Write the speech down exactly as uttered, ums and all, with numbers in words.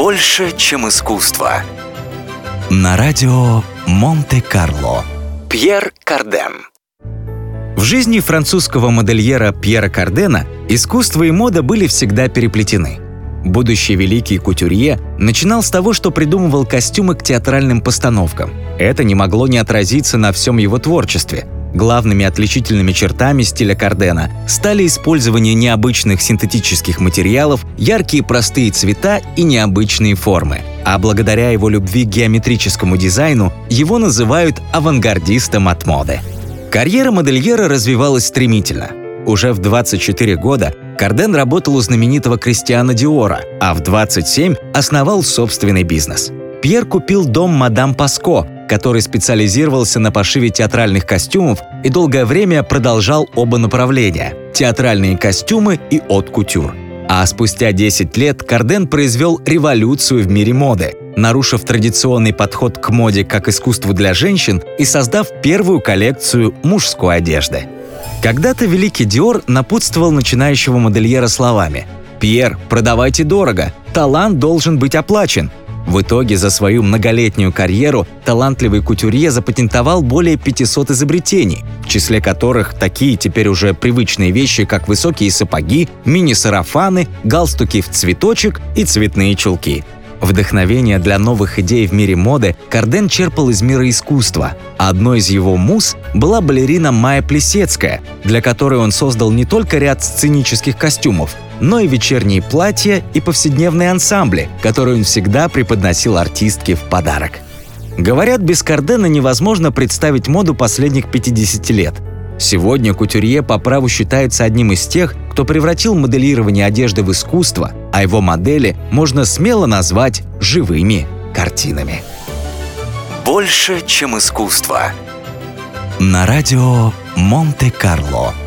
Больше, чем искусство. На радио Монте-Карло. Пьер Карден. В жизни французского модельера Пьера Кардена искусство и мода были всегда переплетены. Будущий великий кутюрье начинал с того, что придумывал костюмы к театральным постановкам. Это не могло не отразиться на всем его творчестве. Главными отличительными чертами стиля Кардена стали использование необычных синтетических материалов, яркие простые цвета и необычные формы. А благодаря его любви к геометрическому дизайну его называют авангардистом от моды. Карьера модельера развивалась стремительно. Уже в двадцать четыре года Карден работал у знаменитого Кристиана Диора, а в двадцать семь основал собственный бизнес. Пьер купил дом мадам Паско, который специализировался на пошиве театральных костюмов и долгое время продолжал оба направления – театральные костюмы и от-кутюр. А спустя десять лет Карден произвел революцию в мире моды, нарушив традиционный подход к моде как искусству для женщин и создав первую коллекцию мужской одежды. Когда-то великий Диор напутствовал начинающего модельера словами: «Пьер, продавайте дорого, талант должен быть оплачен». В итоге за свою многолетнюю карьеру талантливый кутюрье запатентовал более пятисот изобретений, в числе которых такие теперь уже привычные вещи, как высокие сапоги, мини-сарафаны, галстуки в цветочек и цветные чулки. Вдохновение для новых идей в мире моды Карден черпал из мира искусства. Одной из его муз была балерина Майя Плисецкая, для которой он создал не только ряд сценических костюмов, но и вечерние платья и повседневные ансамбли, которые он всегда преподносил артистке в подарок. Говорят, без Кардена невозможно представить моду последних пятидесяти лет. Сегодня кутюрье по праву считается одним из тех, кто превратил моделирование одежды в искусство, а его модели можно смело назвать живыми картинами. Больше, чем искусство. На радио Монте-Карло.